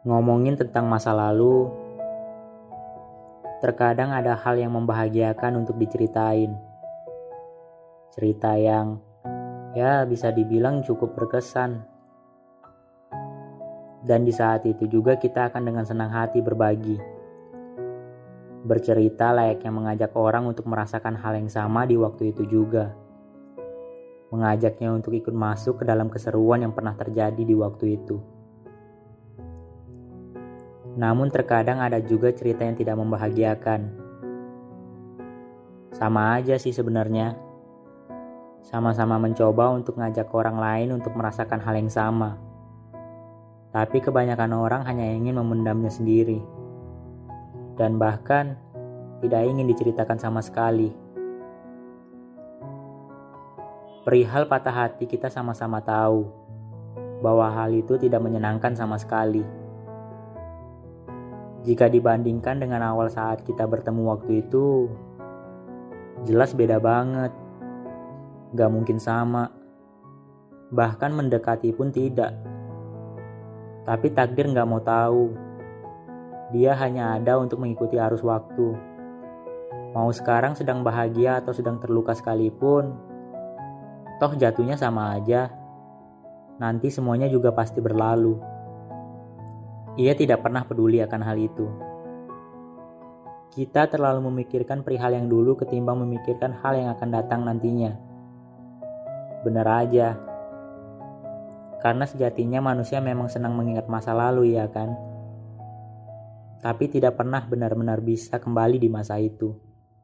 Ngomongin tentang masa lalu, terkadang ada hal yang membahagiakan untuk diceritain. Cerita yang bisa dibilang cukup berkesan. Dan di saat itu juga kita akan dengan senang hati berbagi. Bercerita layaknya mengajak orang untuk merasakan hal yang sama di waktu itu juga. Mengajaknya untuk ikut masuk ke dalam keseruan yang pernah terjadi di waktu itu. Namun terkadang ada juga cerita yang tidak membahagiakan. Sama aja sih sebenarnya. Sama-sama mencoba untuk ngajak orang lain untuk merasakan hal yang sama. Tapi kebanyakan orang hanya ingin memendamnya sendiri. Dan bahkan tidak ingin diceritakan sama sekali. Perihal patah hati kita sama-sama tahu bahwa hal itu tidak menyenangkan sama sekali. Jika dibandingkan dengan awal saat kita bertemu waktu itu, jelas beda banget. Gak mungkin sama. Bahkan mendekati pun tidak. Tapi takdir gak mau tahu. Dia hanya ada untuk mengikuti arus waktu. Mau sekarang sedang bahagia atau sedang terluka sekalipun, toh jatuhnya sama aja. Nanti semuanya juga pasti berlalu. Ia tidak pernah peduli akan hal itu. Kita terlalu memikirkan perihal yang dulu ketimbang memikirkan hal yang akan datang nantinya. Benar aja. Karena sejatinya manusia memang senang mengingat masa lalu, ya kan? Tapi tidak pernah benar-benar bisa kembali di masa itu.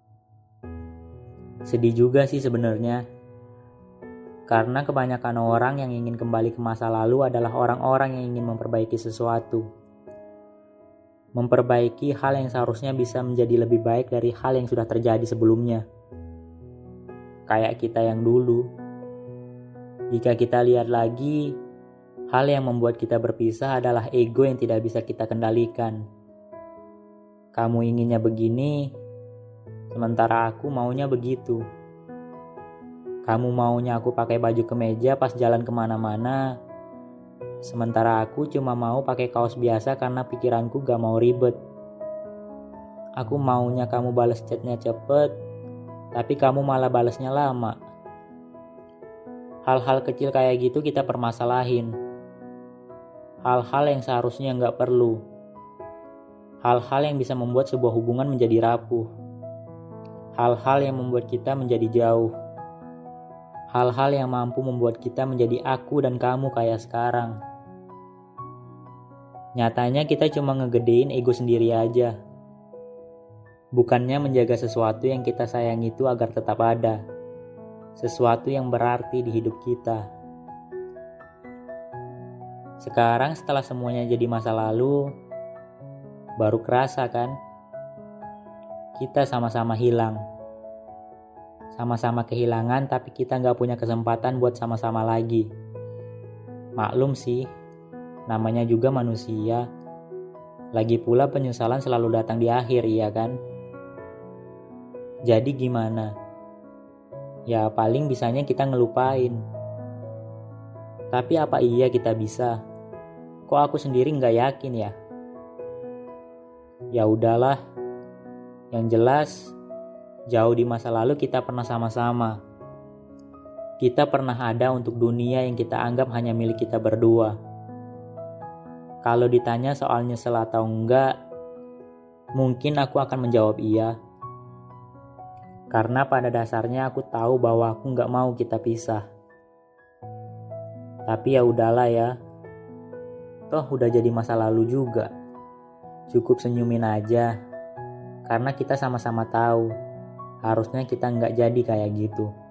Sedih juga sih sebenarnya. Karena kebanyakan orang yang ingin kembali ke masa lalu adalah orang-orang yang ingin memperbaiki sesuatu. Memperbaiki hal yang seharusnya bisa menjadi lebih baik dari hal yang sudah terjadi sebelumnya. Kayak kita yang dulu. Jika kita lihat lagi, hal yang membuat kita berpisah adalah ego yang tidak bisa kita kendalikan. Kamu inginnya begini, sementara aku maunya begitu. Kamu maunya aku pakai baju kemeja pas jalan kemana-mana, sementara aku cuma mau pakai kaos biasa karena pikiranku gak mau ribet. Aku maunya kamu balas chatnya cepet, tapi kamu malah balasnya lama. Hal-hal kecil kayak gitu kita permasalahin. Hal-hal yang seharusnya gak perlu. Hal-hal yang bisa membuat sebuah hubungan menjadi rapuh. Hal-hal yang membuat kita menjadi jauh. Hal-hal yang mampu membuat kita menjadi aku dan kamu kayak sekarang. Nyatanya kita cuma ngegedein ego sendiri aja. Bukannya menjaga sesuatu yang kita sayang itu agar tetap ada. Sesuatu yang berarti di hidup kita. Sekarang setelah semuanya jadi masa lalu, baru kerasa kan? Kita sama-sama hilang. Sama-sama kehilangan tapi kita gak punya kesempatan buat sama-sama lagi. Maklum sih, namanya juga manusia. Lagi pula penyesalan selalu datang di akhir, iya kan? Jadi gimana? Ya paling bisanya kita ngelupain. Tapi apa iya kita bisa? Kok aku sendiri gak yakin ya? Ya udahlah. Yang jelas, jauh di masa lalu kita pernah sama-sama. Kita pernah ada untuk dunia yang kita anggap hanya milik kita berdua. Kalau ditanya soal nyesel atau enggak, mungkin aku akan menjawab iya. Karena pada dasarnya aku tahu bahwa aku enggak mau kita pisah. Tapi ya udahlah ya. Toh udah jadi masa lalu juga. Cukup senyumin aja. Karena kita sama-sama tahu. Harusnya kita nggak jadi kayak gitu.